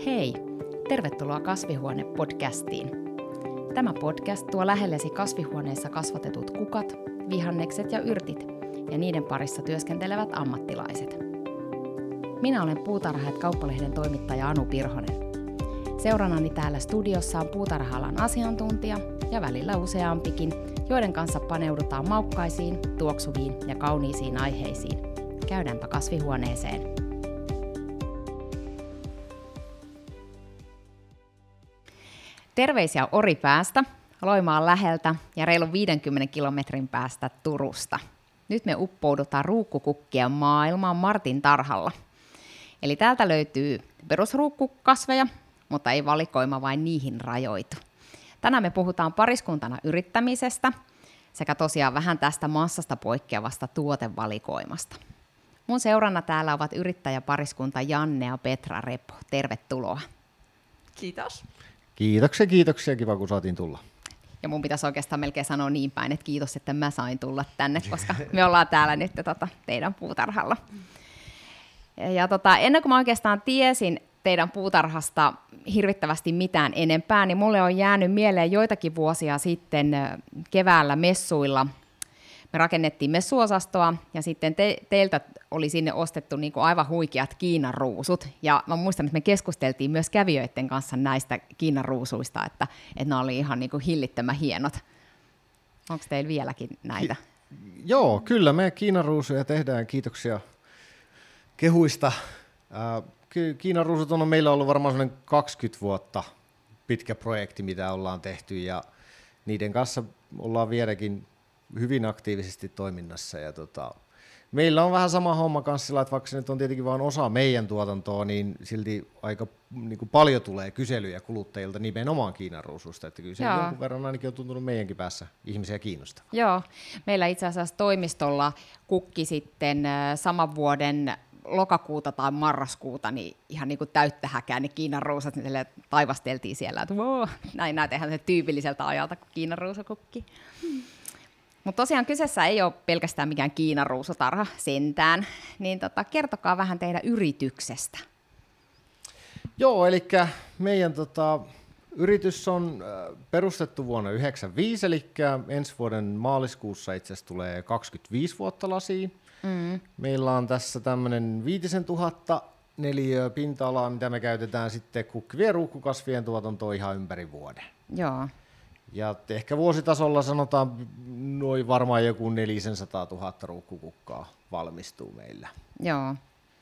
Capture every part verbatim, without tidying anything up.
Hei! Tervetuloa Kasvihuone-podcastiin. Tämä podcast tuo lähellesi kasvihuoneessa kasvatetut kukat, vihannekset ja yrtit ja niiden parissa työskentelevät ammattilaiset. Minä olen Puutarha- ja Kauppalehden toimittaja Anu Pirhonen. Seurannani täällä studiossa on puutarha-alan asiantuntija ja välillä useampikin, joiden kanssa paneudutaan maukkaisiin, tuoksuviin ja kauniisiin aiheisiin. Käydäänpä kasvihuoneeseen. Terveisiä Oripäästä, Loimaan läheltä ja reilun viidenkymmenen kilometrin päästä Turusta. Nyt me uppoudutaan ruukkukukkien maailmaan Martin tarhalla. Eli täältä löytyy perusruukkukasveja, mutta ei valikoima vain niihin rajoitu. Tänään me puhutaan pariskuntana yrittämisestä sekä tosiaan vähän tästä massasta poikkeavasta tuotevalikoimasta. Mun seurana täällä ovat yrittäjäpariskunta Janne ja Petra Repo. Tervetuloa. Kiitos. Kiitoksia, kiitoksia. Kiva, kun saatiin tulla. Ja mun pitäisi oikeastaan melkein sanoa niin päin, että kiitos, että mä sain tulla tänne, koska me ollaan täällä nyt tota, teidän puutarhalla. Ja tota, ennen kuin mä oikeastaan tiesin teidän puutarhasta hirvittävästi mitään enempää, niin mulle on jäänyt mieleen joitakin vuosia sitten keväällä messuilla. Me rakennettiin messuosastoa ja sitten te, teiltä oli sinne ostettu niin kuin aivan huikeat Kiinan ruusut. Ja mä muistan, että me keskusteltiin myös kävijöiden kanssa näistä Kiinan ruusuista, että, että nämä oli ihan niin kuin hillittömän hienot. Onko teillä vieläkin näitä? Ki- Joo, kyllä me Kiinan ruusuja tehdään. Kiitoksia kehuista. Äh, Kiinan ruusut on meillä ollut varmaan sellainen kaksikymmentä vuotta pitkä projekti, mitä ollaan tehty, ja niiden kanssa ollaan vieläkin hyvin aktiivisesti toiminnassa. Ja tota, meillä on vähän sama homma kanssa, että vaikka se nyt on tietenkin vain osa meidän tuotantoa, niin silti aika niin kuin paljon tulee kyselyjä kuluttajilta nimenomaan Kiinan ruususta, että kyllä se Joo. jonkun verran ainakin on tuntunut meidänkin päässä ihmisiä kiinnostavaa. Joo, meillä itse asiassa toimistolla kukki sitten saman vuoden lokakuuta tai marraskuuta, niin ihan niin kuin täyttä häkää ne Kiinan ruusat, niin taivasteltiin siellä, että wow, näin näytetään se tyypilliseltä ajalta, kun Kiinan ruusakukki. Hmm. Mutta tosiaan kyseessä ei ole pelkästään mikään Kiinan ruusutarha sentään, niin tota, kertokaa vähän teidän yrityksestä. Joo, eli meidän tota, yritys on perustettu vuonna yhdeksänkymmentäviisi, eli ensi vuoden maaliskuussa itse asiassa tulee kaksikymmentäviisi vuotta lasiin. Mm. Meillä on tässä tämmöinen viitisen tuhatta neliöä pinta-alaa, mitä me käytetään sitten kukkivien ruukkukasvien tuotantoon ihan ympäri vuoden. Joo. Ja ehkä vuositasolla sanotaan noin varmaan joku neljäsataatuhatta ruukkukukkaa valmistuu meillä. Joo.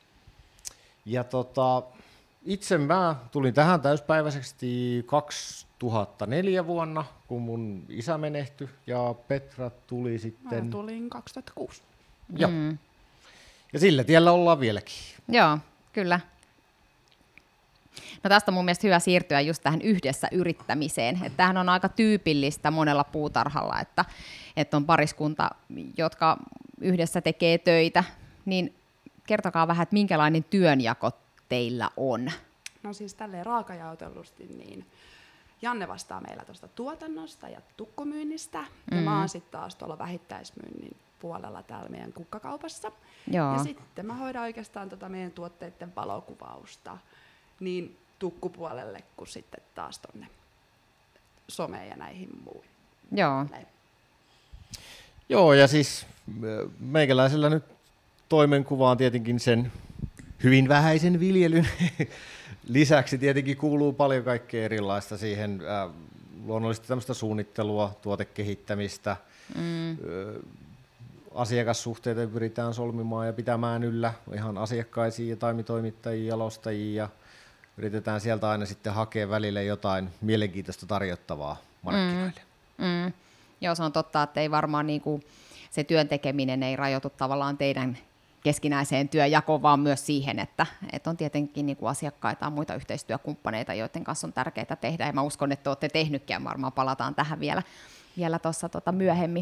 Ja tota, itse mä tulin tähän täyspäiväisesti kaksituhattaneljä vuonna, kun mun isä menehtyi, ja Petra tuli sitten... Mä tulin kaksituhattakuusi. Joo. Mm. Ja sillä tiellä ollaan vieläkin. Joo, kyllä. No tästä on mun mielestä hyvä siirtyä just tähän yhdessä yrittämiseen. Että tämähän on aika tyypillistä monella puutarhalla, että, että on pariskunta, jotka yhdessä tekee töitä. Niin kertokaa vähän, että minkälainen työnjako teillä on? No siis tälleen raakajaotellusti, niin Janne vastaa meillä tuosta tuotannosta ja tukkumyynnistä. Mm. Ja mä oon sitten taas tuolla vähittäismyynnin puolella täällä meidän kukkakaupassa. Joo. Ja sitten mä hoidan oikeastaan tota meidän tuotteiden valokuvausta niin tukkupuolelle kuin sitten taas tonne someen ja näihin muihin. Joo. Näin. Joo, ja siis meikäläisellä nyt toimenkuvaan tietenkin sen hyvin vähäisen viljelyn lisäksi tietenkin kuuluu paljon kaikkea erilaista siihen, äh, luonnollisesti tämmöistä suunnittelua, tuotekehittämistä, mm. äh, asiakassuhteita pyritään solmimaan ja pitämään yllä ihan asiakkaisiin ja taimitoimittajia, jalostajia, ja yritetään sieltä aina sitten hakea välille jotain mielenkiintoista tarjottavaa markkinoille. Mm. Mm. Joo, se on totta, että ei varmaan niinku, se työn tekeminen ei rajoitu tavallaan teidän keskinäiseen työjakoon, vaan myös siihen, että, että on tietenkin niinku asiakkaita ja muita yhteistyökumppaneita, joiden kanssa on tärkeää tehdä. Ja mä uskon, että olette tehnytkin, ja varmaan palataan tähän vielä, vielä tuossa tota myöhemmin.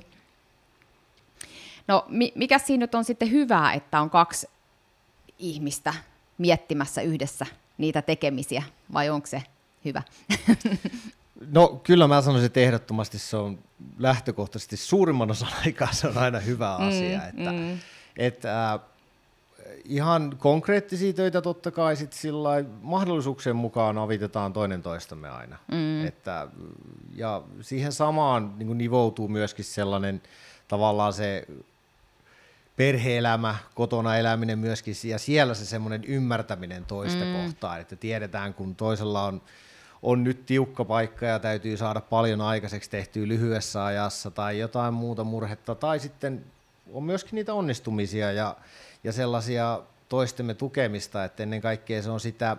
No, mikä siinä nyt on sitten hyvää, että on kaksi ihmistä miettimässä yhdessä niitä tekemisiä, vai onko se hyvä? No kyllä mä sanoisin, että ehdottomasti se on lähtökohtaisesti suurimman osan aikaa se on aina hyvä asia. Mm, että, mm. että, äh, ihan konkreettisia töitä totta kai sit sillai mahdollisuuksien mukaan avitetaan toinen toistamme aina. Mm. Että, ja siihen samaan niin kuin nivoutuu myöskin sellainen tavallaan se perhe-elämä, kotona eläminen myöskin, ja siellä se semmoinen ymmärtäminen toista mm. kohtaan, että tiedetään, kun toisella on, on nyt tiukka paikka ja täytyy saada paljon aikaiseksi tehtyä lyhyessä ajassa tai jotain muuta murhetta, tai sitten on myöskin niitä onnistumisia ja, ja sellaisia toistemme tukemista, että ennen kaikkea se on sitä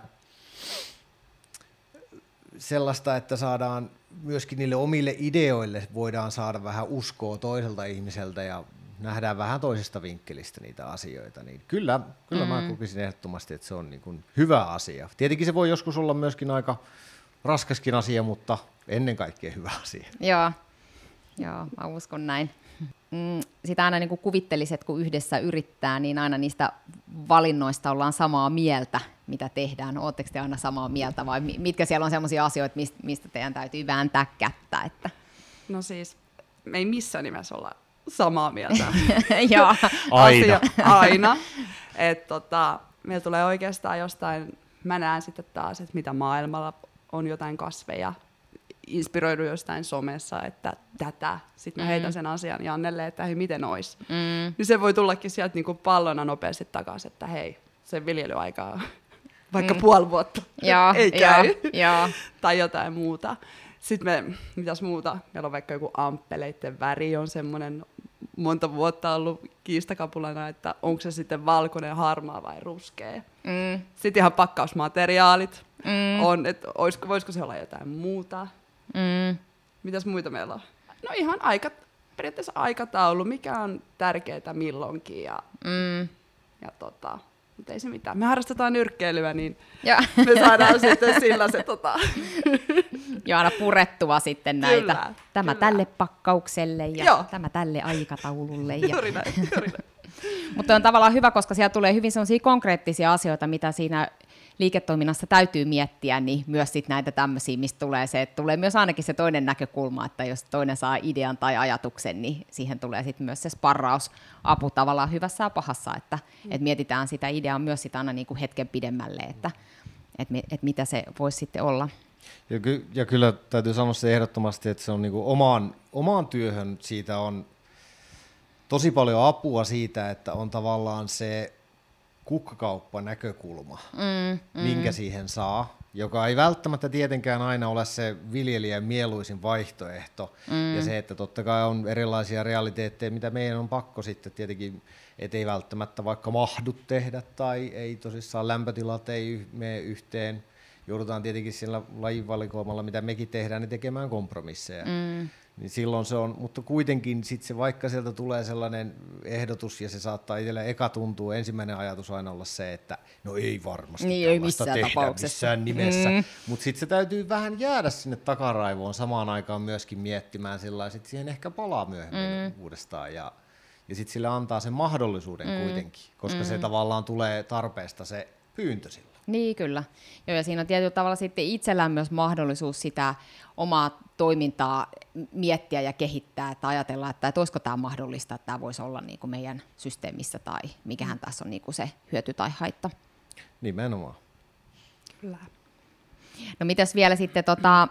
sellaista, että saadaan myöskin niille omille ideoille voidaan saada vähän uskoa toiselta ihmiseltä ja nähdään vähän toisesta vinkkelistä niitä asioita, niin kyllä, kyllä mm. mä kokisin ehdottomasti, että se on niin kuin hyvä asia. Tietenkin se voi joskus olla myöskin aika raskaskin asia, mutta ennen kaikkea hyvä asia. Joo, Joo mä uskon näin. Sitä aina niin kuin kuvittelisi, että kun yhdessä yrittää, niin aina niistä valinnoista ollaan samaa mieltä, mitä tehdään. Oletteko te aina samaa mieltä vai mitkä siellä on sellaisia asioita, mistä teidän täytyy vääntää kättä? Että... No siis, me ei missään nimessä olla samaa mieltä. Joo. Aina. Aina. Että tota, meillä tulee oikeastaan jostain, mä näen sitten taas, että mitä maailmalla on jotain kasveja, inspiroidu jostain somessa, että tätä. Sitten mä mm. heitän sen asian Jannelle, että hei, miten ois. Mm. Niin se voi tullakin sieltä niinku pallona nopeasti takaisin, että hei, se viljelyaika on vaikka mm. puoli vuotta. Joo, ei käy. Jo. Tai jotain muuta. Sitten me, mitäs muuta? Meillä on vaikka joku amppeleiden väri on semmoinen monta vuotta ollut kiistakapulana, että onko se sitten valkoinen, harmaa vai ruskea. Mm. Sitten ihan pakkausmateriaalit mm. on, että olisiko, voisiko se olla jotain muuta. Mm. Mitäs muita meillä on? No ihan aika, periaatteessa aikataulu, mikä on tärkeää milloinkin. Ja, mm. ja tota, mutta ei se mitään. Me harrastetaan nyrkkeilyä, niin ja. me saadaan sitten sillä se... Tota... Ja aina purettua sitten näitä. Kyllä, tämä kyllä. tälle pakkaukselle ja Joo. tämä tälle aikataululle. Ja... Juuri näin, juuri näin. Mutta on tavallaan hyvä, koska siellä tulee hyvin sellaisia konkreettisia asioita, mitä siinä liiketoiminnassa täytyy miettiä, niin myös sit näitä tämmöisiä, mistä tulee se, että tulee myös ainakin se toinen näkökulma, että jos toinen saa idean tai ajatuksen, niin siihen tulee sitten myös se sparrausapu tavallaan hyvässä ja pahassa, että mm. et mietitään sitä ideaa myös sitä aina niinku hetken pidemmälle, että et, et mitä se voisi sitten olla. Ja, ky- ja kyllä täytyy sanoa se ehdottomasti, että se on niinku omaan, omaan työhön siitä on tosi paljon apua siitä, että on tavallaan se kukkakauppa-näkökulma, mm, mm. minkä siihen saa, joka ei välttämättä tietenkään aina ole se viljelijän mieluisin vaihtoehto. Mm. Ja se, että totta kai on erilaisia realiteetteja, mitä meidän on pakko sitten tietenkin, ettei välttämättä vaikka mahdu tehdä tai ei tosissaan lämpötilat ei mene yhteen. Joudutaan tietenkin sillä lajinvalikoimalla, mitä mekin tehdään, niin tekemään kompromisseja. Mm. Niin silloin se on, mutta kuitenkin sit se, vaikka sieltä tulee sellainen ehdotus ja se saattaa itselle eka tuntua, ensimmäinen ajatus aina olla se, että no ei varmasti niin, ei missään tehdä tapauksessa. Missään nimessä, mm. mutta sitten se täytyy vähän jäädä sinne takaraivoon samaan aikaan myöskin miettimään sillä ja sitten siihen ehkä palaa myöhemmin mm. uudestaan ja, ja sitten sille antaa sen mahdollisuuden mm. kuitenkin, koska mm. se tavallaan tulee tarpeesta se pyyntö sillä. Niin, kyllä. Joo, ja siinä on tietyllä tavalla sitten itsellään myös mahdollisuus sitä omaa toimintaa miettiä ja kehittää, että ajatellaan, että, että olisiko tämä mahdollista, että tämä voisi olla niin kuin meidän systeemissä tai mikähän tässä on niin kuin se hyöty tai haitta. Nimenomaan. Kyllä. No mitäs vielä sitten, tota,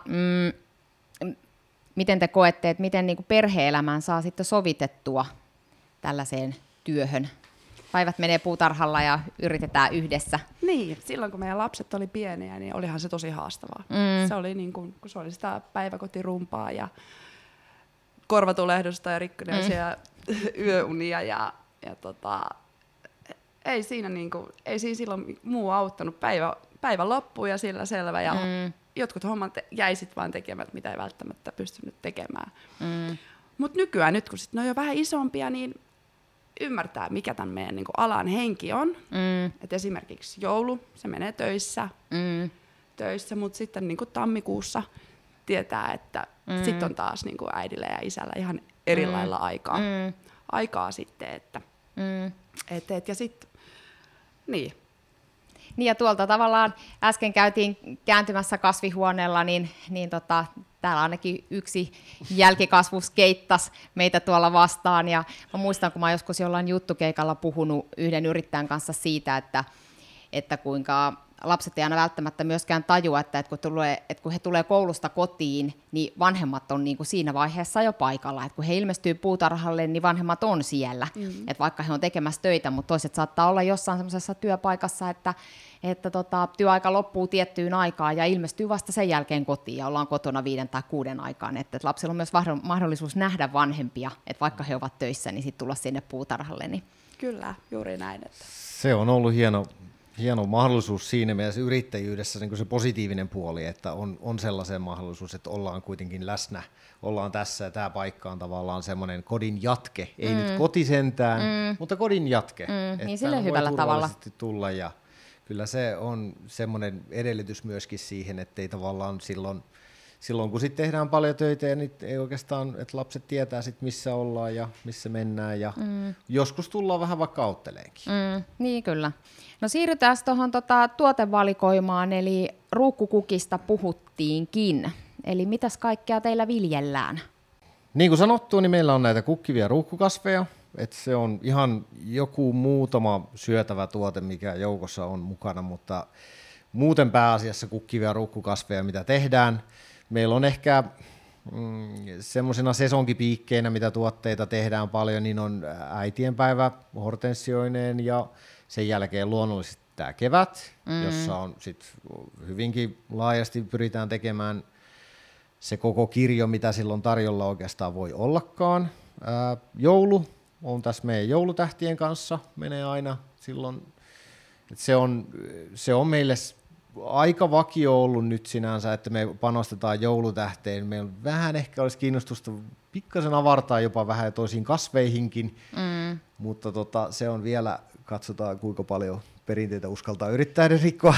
mm, miten te koette, että miten niin kuin perhe-elämän saa sitten sovitettua tällaiseen työhön? Päivät menee puutarhalla ja yritetään yhdessä. Niin, silloin kun meidän lapset oli pieniä, niin olihan se tosi haastavaa. Mm. Se oli niin kuin, kun se oli sitä päiväkotirumpaa ja korvatulehdusta ja rikkoneisia mm. yöunia ja, ja tota, ei siinä niin kuin, ei siinä silloin muu auttanut. Päivä, päivä loppui ja sillä selvä ja mm. jotkut hommat jäi sit vaan tekemään, mitä ei välttämättä pystynyt tekemään. Mm. Mutta nykyään, nyt kun sit ne on jo vähän isompia, niin ymmärtää, mikä tämän meidän niin kuin alan henki on. Mm. Et esimerkiksi joulu, se menee töissä, mm. töissä mutta sitten niin kuin tammikuussa tietää, että mm. sitten on taas niin kuin äidillä ja isällä ihan eri mm. lailla aikaa, mm. aikaa sitten. Että, mm. et, et, ja sitten, niin. Niin ja tuolta tavallaan äsken käytiin kääntymässä kasvihuoneella, niin, niin tota, täällä ainakin yksi jälkikasvus keittas meitä tuolla vastaan. Ja mä muistan, kun mä joskus jollain juttukeikalla puhunut yhden yrittäjän kanssa siitä, että, että kuinka lapset ei aina välttämättä myöskään tajua, että, että, kun, tulee, että kun he tulee koulusta kotiin, niin vanhemmat on niin kuin siinä vaiheessa jo paikalla. Että kun he ilmestyy puutarhalle, niin vanhemmat on siellä. Mm. Että vaikka he on tekemässä töitä, mutta toiset saattaa olla jossain semmoisessa työpaikassa, että, että tota, työaika loppuu tiettyyn aikaan ja ilmestyy vasta sen jälkeen kotiin ja ollaan kotona viiden tai kuuden aikaan. Että, että lapsilla on myös mahdollisuus nähdä vanhempia, että vaikka he ovat töissä, niin sitten tulla sinne puutarhalle. Niin. Kyllä, juuri näin. Että. Se on ollut hieno. Hieno mahdollisuus siinä mielessä yrittäjyydessä, niin kuin se positiivinen puoli, että on, on sellaisen mahdollisuus, että ollaan kuitenkin läsnä, ollaan tässä ja tämä paikka on tavallaan semmoinen kodin jatke, ei mm. nyt koti sentään, mm. mutta kodin jatke. Mm. Että niin sille hyvällä tavalla. Tulla ja kyllä se on semmoinen edellytys myöskin siihen, että ei tavallaan silloin, silloin kun sitten tehdään paljon töitä ja niin ei oikeastaan, että lapset tietää sit missä ollaan ja missä mennään ja mm. joskus tullaan vähän vaikka autteleenkin. Mm, niin kyllä. No siirrytään tuohon tota, tuotevalikoimaan, eli ruukkukukista puhuttiinkin. Eli mitäs kaikkea teillä viljellään? Niin kuin sanottu, niin meillä on näitä kukkivia ruukkukasveja. Että se on ihan joku muutama syötävä tuote, mikä joukossa on mukana, mutta muuten pääasiassa kukkivia ruukkukasveja, mitä tehdään. Meillä on ehkä mm, semmoisena sesonkipiikkeinä, mitä tuotteita tehdään paljon, niin on äitienpäivä hortensioineen ja sen jälkeen luonnollisesti tämä kevät, mm. jossa on sit hyvinkin laajasti pyritään tekemään se koko kirjo, mitä silloin tarjolla oikeastaan voi ollakaan. Ää, joulu on tässä meidän joulutähtien kanssa, menee aina silloin. Et se, on, se on meille aika vakio ollut nyt sinänsä, että me panostetaan joulutähteen. Meillä vähän ehkä olisi kiinnostusta pikkasen avartaa jopa vähän toisiin kasveihinkin, mm. mutta tota, se on vielä, katsotaan kuinka paljon perinteitä uskaltaa yrittää rikkoa.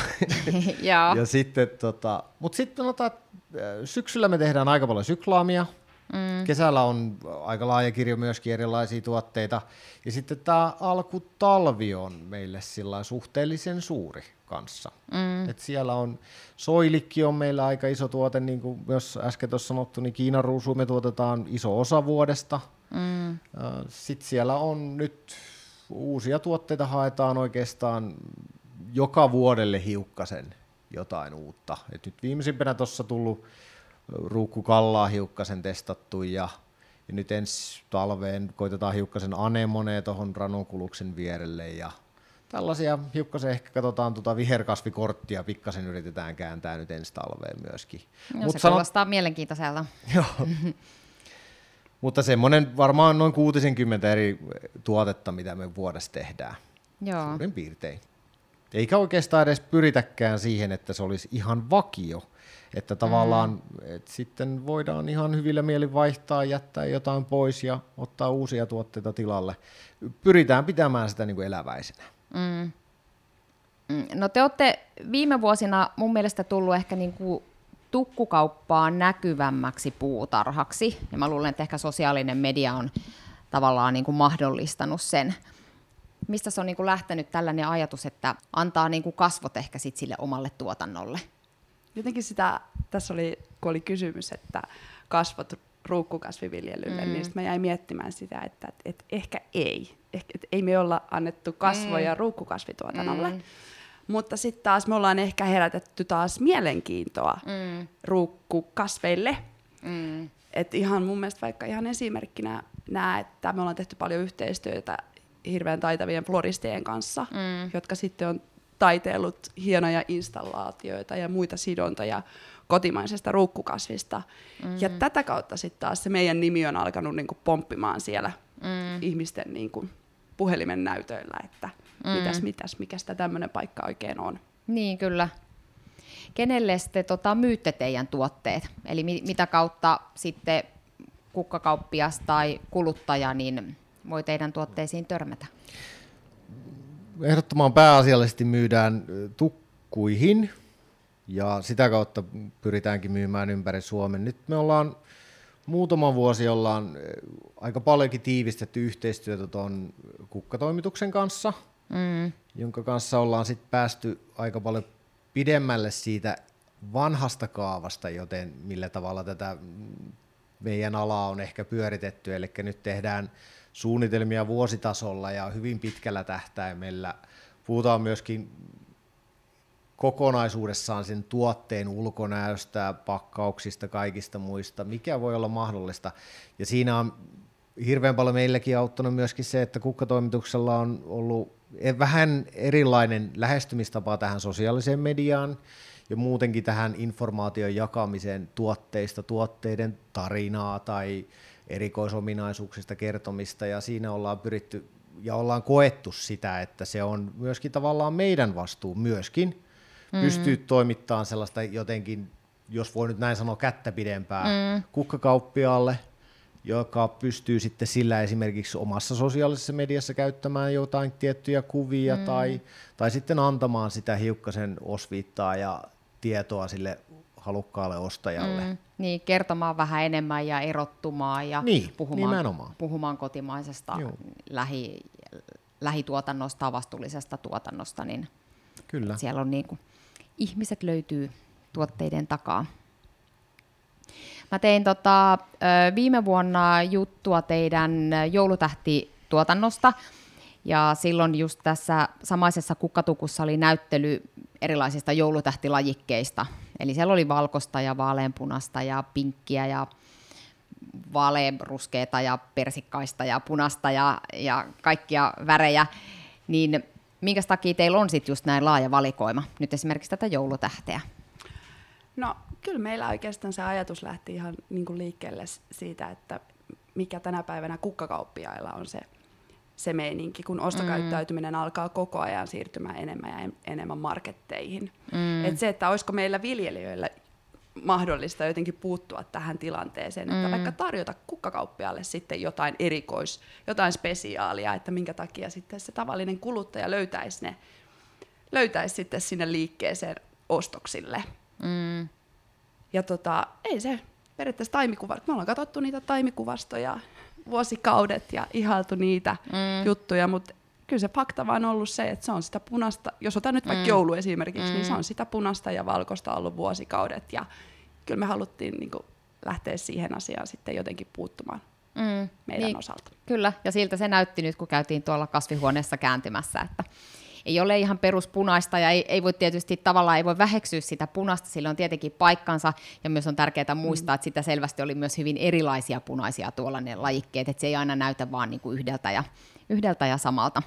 ja sitten, tota, mutta sitten sanotaan, syksyllä me tehdään aika paljon syklaamia. Mm. Kesällä on aika laaja kirjo myöskin erilaisia tuotteita. Ja sitten tämä alkutalvi on meille sillä suhteellisen suuri kanssa. Mm. Et siellä on soilikki on meillä aika iso tuote, niin kuin jos äsken tuossa sanottu, niin Kiinan ruusua me tuotetaan iso osa vuodesta. Mm. Sitten siellä on nyt uusia tuotteita, haetaan oikeastaan joka vuodelle hiukkasen jotain uutta. Et nyt viimeisimpänä tuossa tullut ruukkukallaa hiukkasen testattu ja, ja nyt ensi talveen koitetaan hiukkasen anemonea tuohon ranunkuluksen vierelle ja tällaisia hiukkasen ehkä katsotaan tuota viherkasvikorttia, pikkasen yritetään kääntää nyt ensi talveen myöskin. No, Mut se sanot... kuulostaa mielenkiintoiselta. Joo. Mutta semmoinen varmaan noin kuusikymmentä eri tuotetta, mitä me vuodessa tehdään. Joo. Suurin piirtein. Eikä oikeastaan edes pyritäkään siihen, että se olisi ihan vakio. Että tavallaan mm. et sitten voidaan ihan hyvillä mielin vaihtaa, jättää jotain pois ja ottaa uusia tuotteita tilalle. Pyritään pitämään sitä niin kuin eläväisenä. Mm. No te olette viime vuosina mun mielestä tullut ehkä niin kuin tukkukauppaan näkyvämmäksi puutarhaksi. Ja mä luulen, että ehkä sosiaalinen media on tavallaan niin kuin mahdollistanut sen. Mistä se on niin kuin lähtenyt tällainen ajatus, että antaa niin kuin kasvot ehkä sit sille omalle tuotannolle? Jotenkin sitä, tässä oli, kun oli kysymys, että kasvot ruukkukasviviljelylle, mm. niin sitten mä jäin miettimään sitä, että, että, että ehkä ei. Ehkä, että ei me olla annettu kasvoja mm. ruukkukasvituotannolle. Mm. Mutta sitten taas me ollaan ehkä herätetty taas mielenkiintoa mm. ruukkukasveille. Mm. Että ihan mun mielestä vaikka ihan esimerkkinä nää, että me ollaan tehty paljon yhteistyötä hirveän taitavien floristien kanssa, mm. jotka sitten on taiteillut hienoja installaatioita ja muita sidontoja kotimaisesta ruukkukasvista. Mm. Ja tätä kautta sitten taas se meidän nimi on alkanut niinku pomppimaan siellä mm. ihmisten niinku puhelimen näytöillä, että mm. mitäs, mitäs, mikä sitä tämmöinen paikka oikein on. Niin, kyllä. Kenelle te tota, myytte teidän tuotteet? Eli mi- mitä kautta sitten kukkakauppias tai kuluttaja niin voi teidän tuotteisiin törmätä? Ehdottomaan pääasiallisesti myydään tukkuihin ja sitä kautta pyritäänkin myymään ympäri Suomen. Nyt me ollaan muutama vuosi ollaan aika paljonkin tiivistetty yhteistyötä tuon kukkatoimituksen kanssa, mm. jonka kanssa ollaan sitten päästy aika paljon pidemmälle siitä vanhasta kaavasta, joten millä tavalla tätä meidän alaa on ehkä pyöritetty, eli nyt tehdään suunnitelmia vuositasolla ja hyvin pitkällä tähtäimellä. Puhutaan myöskin kokonaisuudessaan sen tuotteen ulkonäöstä, pakkauksista, kaikista muista, mikä voi olla mahdollista. Ja siinä on hirveän paljon meilläkin auttanut myöskin se, että kukkatoimituksella on ollut vähän erilainen lähestymistapa tähän sosiaaliseen mediaan ja muutenkin tähän informaation jakamiseen tuotteista, tuotteiden tarinaa tai erikoisominaisuuksista kertomista, ja siinä ollaan pyritty ja ollaan koettu sitä, että se on myöskin tavallaan meidän vastuu myöskin mm. pystyy toimittamaan sellaista jotenkin, jos voi nyt näin sanoa, kättä pidempää mm. kukkakauppiaalle, joka pystyy sitten sillä esimerkiksi omassa sosiaalisessa mediassa käyttämään jotain tiettyjä kuvia mm. tai, tai sitten antamaan sitä hiukkasen osviittaa ja tietoa sille halukkaalle ostajalle. Mm. Niin, kertomaan vähän enemmän ja erottumaan ja niin, puhumaan, puhumaan kotimaisesta lähi, lähituotannosta, vastuullisesta tuotannosta, niin kyllä. Siellä on niin kuin, ihmiset löytyy tuotteiden takaa. Mä tein tota, viime vuonna juttua teidän joulutähtituotannosta, ja silloin just tässä samaisessa kukkatukussa oli näyttely erilaisista joulutähtilajikkeista. Eli siellä oli valkoista ja vaaleanpunasta ja pinkkiä ja vaaleanruskeata ja persikkaista ja punasta ja, ja kaikkia värejä. Niin minkä takia teillä on sitten just näin laaja valikoima nyt esimerkiksi tätä joulutähteä? No kyllä meillä oikeastaan se ajatus lähti ihan niin kuin liikkeelle siitä, että mikä tänä päivänä kukkakauppiailla on se, se meininki, kun ostokäyttäytyminen mm. alkaa koko ajan siirtymään enemmän ja enemmän marketteihin. Mm. Et se, että olisiko meillä viljelijöillä mahdollista jotenkin puuttua tähän tilanteeseen, mm. että vaikka tarjota kukkakauppialle sitten jotain erikois, jotain spesiaalia, että minkä takia sitten se tavallinen kuluttaja löytäisi, ne, löytäisi sitten sinne liikkeeseen ostoksille. Mm. Ja tota, ei se periaatteessa taimikuva, me ollaan katsottu niitä taimikuvastoja vuosikaudet ja ihailtu niitä mm. juttuja, mutta kyllä se fakta vaan on ollut se, että se on sitä punasta, jos otan nyt vaikka mm. joulu esimerkiksi, mm. niin se on sitä punasta ja valkoista ollut vuosikaudet, ja kyllä me haluttiin niin kuin lähteä siihen asiaan sitten jotenkin puuttumaan mm. meidän niin, osalta. Kyllä, ja siltä se näytti nyt, kun käytiin tuolla kasvihuoneessa kääntymässä, että ei ole ihan peruspunaista, ja ei, ei voi tietysti tavallaan ei voi väheksyä sitä punasta, sillä on tietenkin paikkansa, ja myös on tärkeää muistaa, mm. että sitä selvästi oli myös hyvin erilaisia punaisia tuolla ne lajikkeet, että se ei aina näytä vaan niin kuin yhdeltä, ja, yhdeltä ja samalta.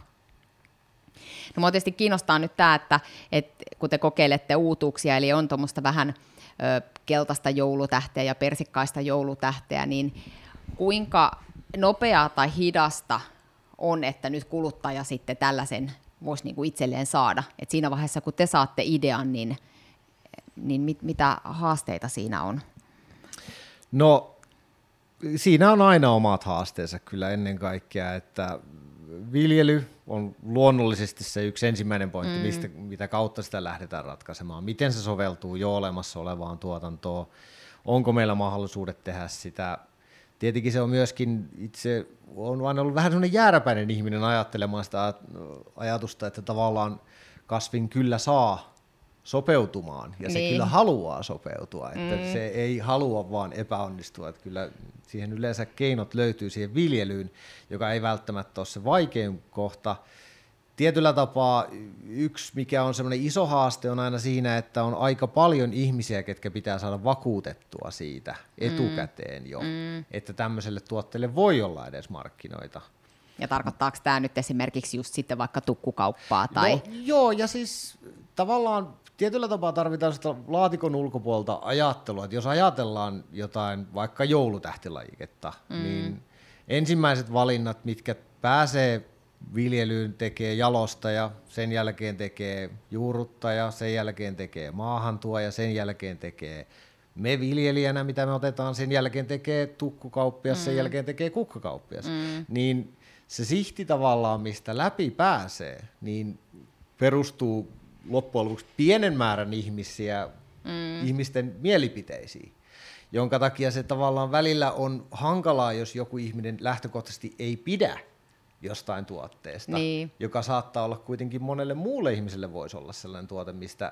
No mua tietysti kiinnostaa nyt tämä, että, että kun te kokeilette uutuuksia, eli on tuommoista vähän ö, keltaista joulutähteä ja persikkaista joulutähteä, niin kuinka nopeaa tai hidasta on, että nyt kuluttaja sitten tällaisen voisi niin kuin itselleen saada. Et siinä vaiheessa, kun te saatte idean, niin, niin mit, mitä haasteita siinä on? No, siinä on aina omat haasteensa kyllä ennen kaikkea, että viljely on luonnollisesti se yksi ensimmäinen pointti, mm. mistä, mitä kautta sitä lähdetään ratkaisemaan. Miten se soveltuu jo olemassa olevaan tuotantoon? Onko meillä mahdollisuudet tehdä sitä? Tietenkin se on myöskin, itse on aina ollut vähän sellainen jääräpäinen ihminen ajattelemaan sitä ajatusta, että tavallaan kasvin kyllä saa sopeutumaan ja se niin. kyllä haluaa sopeutua, että mm. se ei halua vaan epäonnistua, että kyllä siihen yleensä keinot löytyy siihen viljelyyn, joka ei välttämättä ole se vaikein kohta. Tietyllä tapaa yksi, mikä on semmoinen iso haaste, on aina siinä, että on aika paljon ihmisiä, ketkä pitää saada vakuutettua siitä etukäteen jo, mm. että tämmöiselle tuotteelle voi olla edes markkinoita. Ja tarkoittaako tämä nyt esimerkiksi just sitten vaikka tukkukauppaa? Tai? No, joo, ja siis tavallaan tietyllä tapaa tarvitaan sitä laatikon ulkopuolta ajattelua, että jos ajatellaan jotain vaikka joulutähtilajiketta, mm. niin ensimmäiset valinnat, mitkä pääsee viljelyyn, tekee jalostaja, sen jälkeen tekee juuruttaja, sen jälkeen tekee maahantuoja, sen jälkeen tekee me viljelijänä, mitä me otetaan, sen jälkeen tekee tukkukauppias, mm. sen jälkeen tekee kukkakauppias. Mm. Niin se sihti tavallaan, mistä läpi pääsee, niin perustuu loppujen lopuksi pienen määrän ihmisiä, mm. ihmisten mielipiteisiin, jonka takia se tavallaan välillä on hankalaa, jos joku ihminen lähtökohtaisesti ei pidä jostain tuotteesta, niin. joka saattaa olla kuitenkin monelle muulle ihmiselle voisi olla sellainen tuote, mistä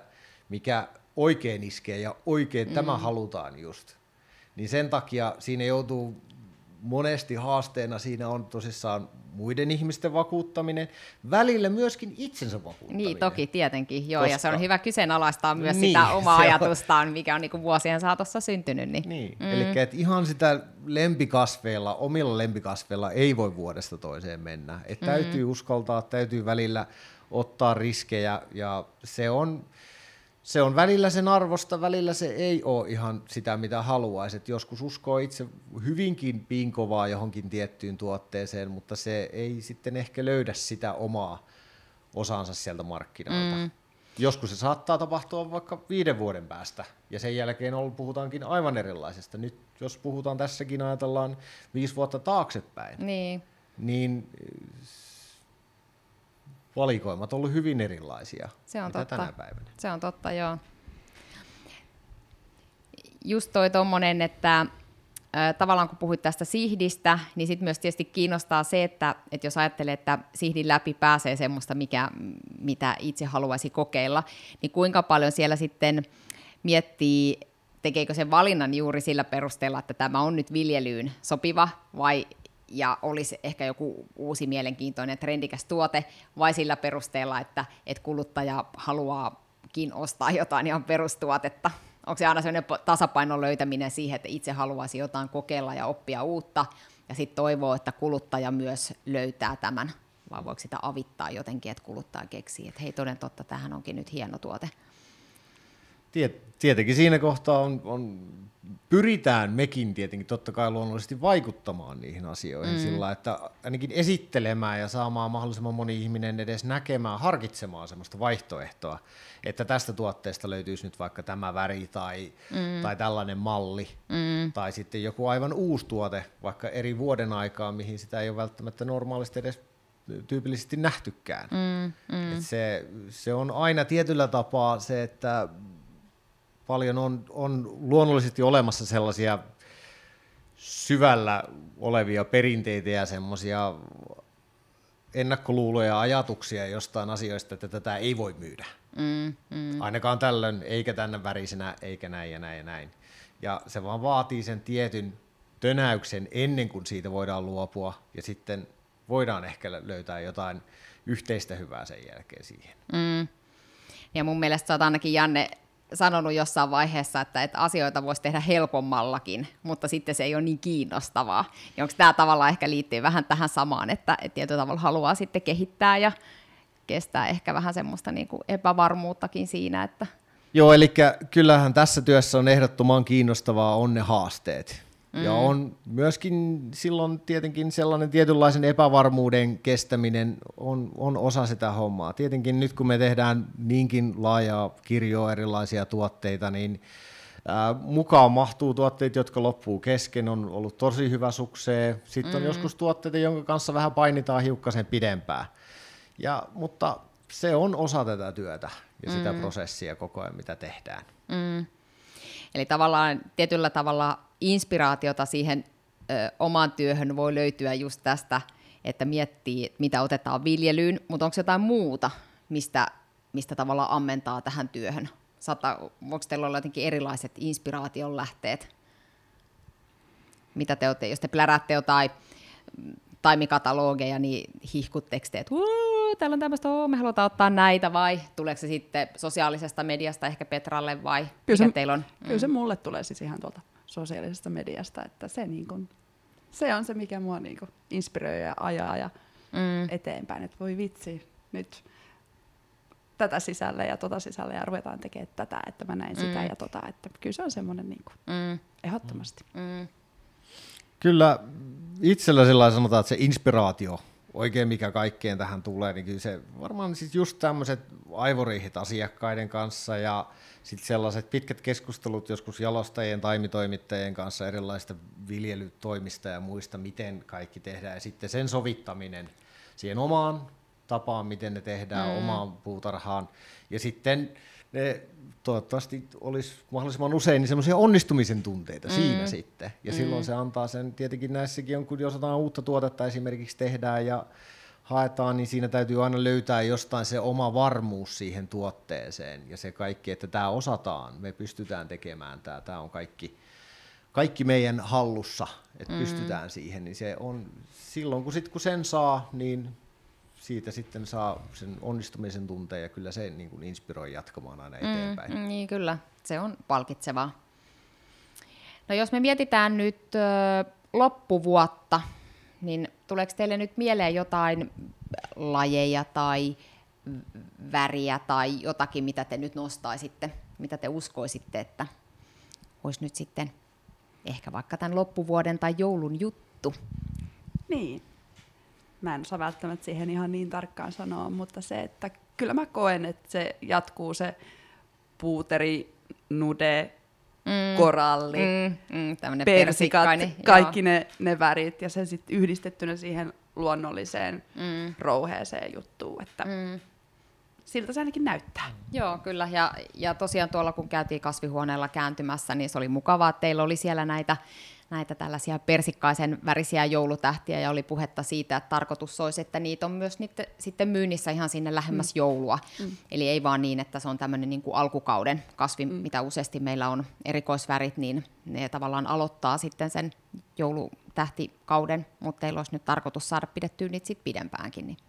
mikä oikein iskee ja oikein mm. tämä halutaan just. Niin sen takia siinä joutuu monesti haasteena, siinä on tosissaan muiden ihmisten vakuuttaminen, välillä myöskin itsensä vakuuttaminen. Niin, toki, tietenkin, joo, Koska... ja se on hyvä kyseenalaistaa myös niin, sitä omaa on... ajatustaan, mikä on niinku vuosien saatossa syntynyt. Niin, niin. Mm. Eli et ihan sitä lempikasveilla, omilla lempikasveilla ei voi vuodesta toiseen mennä. Et täytyy mm. uskaltaa, täytyy välillä ottaa riskejä, ja se on... Se on välillä sen arvosta, välillä se ei ole ihan sitä, mitä haluaisi. Et joskus uskoo itse hyvinkin pinkovaa johonkin tiettyyn tuotteeseen, mutta se ei sitten ehkä löydä sitä omaa osaansa sieltä markkinoilta. Mm. Joskus se saattaa tapahtua vaikka viiden vuoden päästä, ja sen jälkeen puhutaankin aivan erilaisesta. Nyt jos puhutaan tässäkin, ajatellaan viisi vuotta taaksepäin, niin, niin valikoimat on ollut hyvin erilaisia se on mitä totta. tänä päivänä. Se on totta, joo. Just toi tommonen, että äh, tavallaan kun puhuit tästä sihdistä, niin sitten myös tietysti kiinnostaa se, että, että jos ajattelee, että sihdin läpi pääsee semmoista, mikä, mitä itse haluaisi kokeilla, niin kuinka paljon siellä sitten miettii, tekeekö sen valinnan juuri sillä perusteella, että tämä on nyt viljelyyn sopiva, vai ja olisi ehkä joku uusi mielenkiintoinen trendikäs tuote, vai sillä perusteella, että, että kuluttaja haluaakin ostaa jotain ihan perustuotetta. Onko se aina sellainen tasapainon löytäminen siihen, että itse haluaisi jotain kokeilla ja oppia uutta, ja sitten toivoo, että kuluttaja myös löytää tämän, vai voiko sitä avittaa jotenkin, että kuluttaja keksii, että hei, toden totta, tämähän onkin nyt hieno tuote. Tietenkin siinä kohtaa on, on, pyritään mekin tietenkin totta kai luonnollisesti vaikuttamaan niihin asioihin mm. sillä, että ainakin esittelemään ja saamaan mahdollisimman moni ihminen edes näkemään, harkitsemaan sellaista vaihtoehtoa, että tästä tuotteesta löytyisi nyt vaikka tämä väri tai, mm. tai tällainen malli mm. tai sitten joku aivan uusi tuote vaikka eri vuoden aikaa, mihin sitä ei ole välttämättä normaalisti edes tyypillisesti nähtykään. Mm. Mm. Et se, se on aina tietyllä tapaa se, että paljon on, on luonnollisesti olemassa sellaisia syvällä olevia perinteitä ja semmoisia ennakkoluuloja ja ajatuksia jostain asioista, että tätä ei voi myydä. Mm, mm. Ainakaan tällöin, eikä tänne värisenä, eikä näin ja näin ja näin. Ja se vaan vaatii sen tietyn tönäyksen ennen kuin siitä voidaan luopua, ja sitten voidaan ehkä löytää jotain yhteistä hyvää sen jälkeen siihen. Mm. Ja mun mielestä sä oot ainakin, Janne, sanonut jossain vaiheessa, että, että asioita voisi tehdä helpommallakin, mutta sitten se ei ole niin kiinnostavaa. Ja onko tämä tavallaan ehkä liittyy vähän tähän samaan, että, että tietyllä tavalla haluaa sitten kehittää ja kestää ehkä vähän semmoista niin kuin epävarmuuttakin siinä, että... Joo, eli kyllähän tässä työssä on ehdottoman kiinnostavaa on ne haasteet. Mm. Ja on myöskin silloin tietenkin sellainen tietynlaisen epävarmuuden kestäminen on, on osa sitä hommaa. Tietenkin nyt kun me tehdään niinkin laajaa kirjoa erilaisia tuotteita, niin ää, mukaan mahtuu tuotteita, jotka loppuu kesken, on ollut tosi hyvä suksee. Sitten on mm. joskus tuotteita, jonka kanssa vähän painitaan hiukkasen pidempään. Ja, mutta se on osa tätä työtä ja sitä mm. prosessia koko ajan, mitä tehdään. Mm. Eli tavallaan tietyllä tavalla inspiraatiota siihen ö, omaan työhön voi löytyä just tästä, että miettii, mitä otetaan viljelyyn, mutta onko jotain muuta, mistä, mistä tavallaan ammentaa tähän työhön? Saattaa, voiko teillä olla jotenkin erilaiset inspiraation lähteet? Mitä te olette, jos te pläräätte jotain taimikatalogeja, niin hihkutteko te, että täällä on tämmöistä, me halutaan ottaa näitä, vai tuleeko se sitten sosiaalisesta mediasta ehkä Petralle, vai kyllä mikä se, teillä on? Kyllä se mulle tulee siis ihan tuolta sosiaalisesta mediasta, että se, niin kun, se on se, mikä mua niin kun inspiroi ja ajaa ja mm. eteenpäin, että voi vitsi, nyt tätä sisälle ja tota sisälle ja ruvetaan tekemään tätä, että mä näin mm. sitä ja tota, että kyllä se on semmoinen niin kun, mm. ehdottomasti. Mm. Kyllä itsellä sillä sanotaan, että se inspiraatio, oikein mikä kaikkeen tähän tulee, niin kyllä se varmaan siis just tämmöiset aivoriihit asiakkaiden kanssa ja sitten sellaiset pitkät keskustelut joskus jalostajien, taimitoimittajien kanssa erilaisista viljelytoimista ja muista, miten kaikki tehdään, ja sitten sen sovittaminen siihen omaan tapaan, miten ne tehdään, mm. omaan puutarhaan, ja sitten ne toivottavasti olisi mahdollisimman usein niin semmoisia onnistumisen tunteita mm. siinä sitten, ja mm. silloin se antaa sen, tietenkin näissäkin on, kun jos jotain uutta tuotetta esimerkiksi tehdään, ja haetaan, niin siinä täytyy aina löytää jostain se oma varmuus siihen tuotteeseen ja se kaikki, että tämä osataan, me pystytään tekemään tämä, tämä on kaikki, kaikki meidän hallussa, että mm. pystytään siihen, niin se on silloin, kun, sit, kun sen saa, niin siitä sitten saa sen onnistumisen tunteen ja kyllä se niin kuin inspiroi jatkamaan aina eteenpäin. Mm, niin kyllä, se on palkitsevaa. No jos me mietitään nyt ö, loppuvuotta, niin tuleeko teille nyt mieleen jotain lajeja tai väriä tai jotakin, mitä te nyt nostaisitte, mitä te uskoisitte, että olisi nyt sitten ehkä vaikka tämän loppuvuoden tai joulun juttu? Niin. Mä en osaa välttämättä siihen ihan niin tarkkaan sanoa, mutta se, että kyllä mä koen, että se jatkuu se puuteri, nude, mm. koralli, mm, mm, persikat, kaikki ne, ne värit ja se sitten yhdistettynä siihen luonnolliseen mm. rouheeseen juttuun, että mm. siltä se ainakin näyttää. Joo, kyllä. Ja, ja tosiaan tuolla kun käytiin kasvihuoneella kääntymässä, niin se oli mukavaa, että teillä oli siellä näitä, näitä tällaisia persikkaisen värisiä joulutähtiä ja oli puhetta siitä, että tarkoitus olisi, että niitä on myös niitä, sitten myynnissä ihan sinne lähemmäs mm. joulua. Mm. Eli ei vaan niin, että se on tämmöinen niin kuin alkukauden kasvi, mm. mitä useasti meillä on erikoisvärit, niin ne tavallaan aloittaa sitten sen joulutähtikauden, mutta teillä olisi nyt tarkoitus saada pidettyä niitä sitten pidempäänkin. Niin.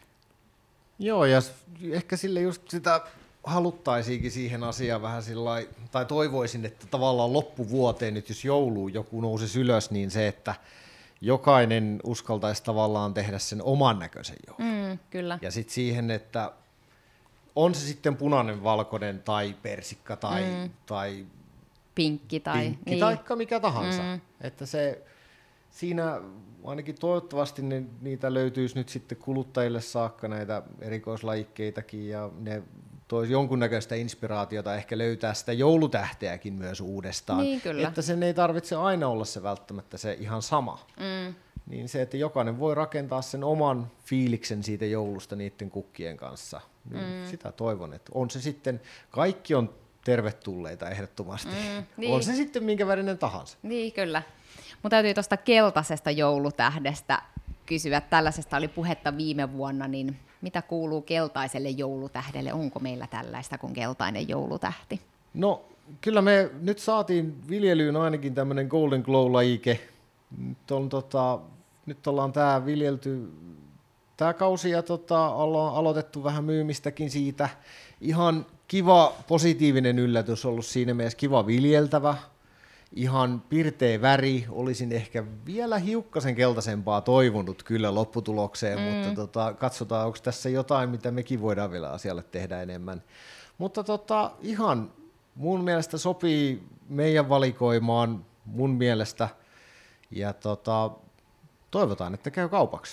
Joo, ja ehkä sille just sitä haluttaisiinkin siihen asiaan vähän sillai, tai toivoisin, että tavallaan loppuvuoteen nyt, jos jouluun joku nousisi ylös, niin se, että jokainen uskaltaisi tavallaan tehdä sen oman näköisen joulun. Mm, kyllä. Ja sitten siihen, että on se sitten punainen, valkoinen tai persikka tai, mm. tai pinkki tai pinkki niin. taikka mikä tahansa. Mm. Että se siinä ainakin toivottavasti ne, niitä löytyisi nyt sitten kuluttajille saakka näitä erikoislajikkeitakin ja ne toisi jonkunnäköistä inspiraatiota ehkä löytää sitä joulutähteäkin myös uudestaan. Niin, kyllä. Että sen ei tarvitse aina olla se välttämättä se ihan sama. Mm. Niin se, että jokainen voi rakentaa sen oman fiiliksen siitä joulusta niiden kukkien kanssa. Niin mm. Sitä toivon, että on se sitten, kaikki on tervetulleita ehdottomasti. Mm, niin. On se sitten minkä värinen tahansa. Niin, kyllä. Mun täytyy tuosta keltaisesta joulutähdestä kysyä. Tällaisesta oli puhetta viime vuonna, niin mitä kuuluu keltaiselle joulutähdelle? Onko meillä tällaista kuin keltainen joulutähti? No kyllä me nyt saatiin viljelyyn ainakin tämmöinen Golden Glow-lajike. Nyt, on, tota, nyt ollaan tää viljelty tää kausi ja tota, ollaan aloitettu vähän myymistäkin siitä. Ihan kiva positiivinen yllätys ollut siinä mielessä, kiva viljeltävä. Ihan pirteä väri, olisin ehkä vielä hiukkasen keltaisempaa toivonut kyllä lopputulokseen, mm. mutta tota, katsotaan, onko tässä jotain, mitä mekin voidaan vielä asialle tehdä enemmän. Mutta tota, ihan mun mielestä sopii meidän valikoimaan mun mielestä ja tota, toivotaan, että käy kaupaksi.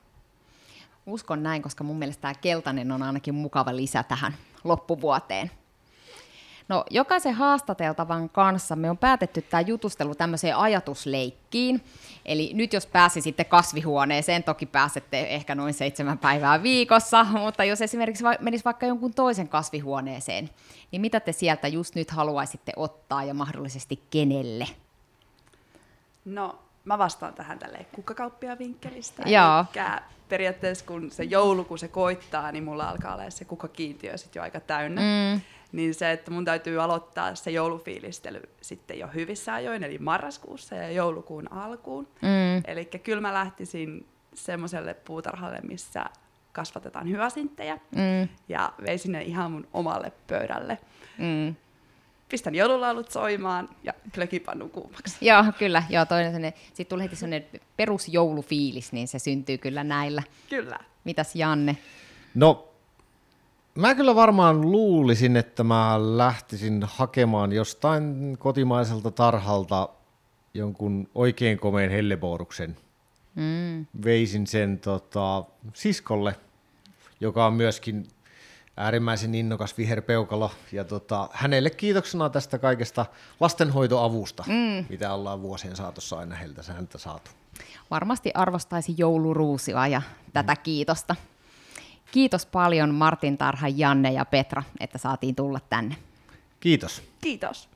Uskon näin, koska mun mielestä tämä keltainen on ainakin mukava lisä tähän loppuvuoteen. No, jokaisen haastateltavan kanssa me on päätetty tämä jutustelu tämmöiseen ajatusleikkiin. Eli nyt jos pääsisitte kasvihuoneeseen, toki pääsette ehkä noin seitsemän päivää viikossa, mutta jos esimerkiksi menisi vaikka jonkun toisen kasvihuoneeseen, niin mitä te sieltä just nyt haluaisitte ottaa ja mahdollisesti kenelle? No, mä vastaan tähän tälleen kukkakauppia vinkkelistä. Joo. Elikkä periaatteessa kun se joulu, kun se koittaa, niin mulla alkaa olla se kukkakiintiö sitten jo aika täynnä. Mm. Niin se, että mun täytyy aloittaa se joulufiilistely sitten jo hyvissä ajoin, eli marraskuussa ja joulukuun alkuun. Mm. Eli kyllä mä lähtisin semmoiselle puutarhalle, missä kasvatetaan hyasinttejä, mm. ja veisin ne ihan mun omalle pöydälle. Mm. Pistän joululaulut soimaan ja glögipannun kuumaksi. Joo, kyllä. Joo, toinen sitten tulee heti sellainen perusjoulufiilis, niin se syntyy kyllä näillä. Kyllä. Mitäs Janne? No, mä kyllä varmaan luulisin, että mä lähtisin hakemaan jostain kotimaiselta tarhalta jonkun oikein komeen helleboruksen. Mm. Veisin sen tota, siskolle, joka on myöskin äärimmäisen innokas viherpeukalo. Ja tota, hänelle kiitoksena tästä kaikesta lastenhoitoavusta, mm. mitä ollaan vuosien saatossa aina heiltä häntä saatu. Varmasti arvostaisi jouluruusia ja mm. tätä kiitosta. Kiitos paljon Martin Tarha, Janne ja Petra, että saatiin tulla tänne. Kiitos. Kiitos.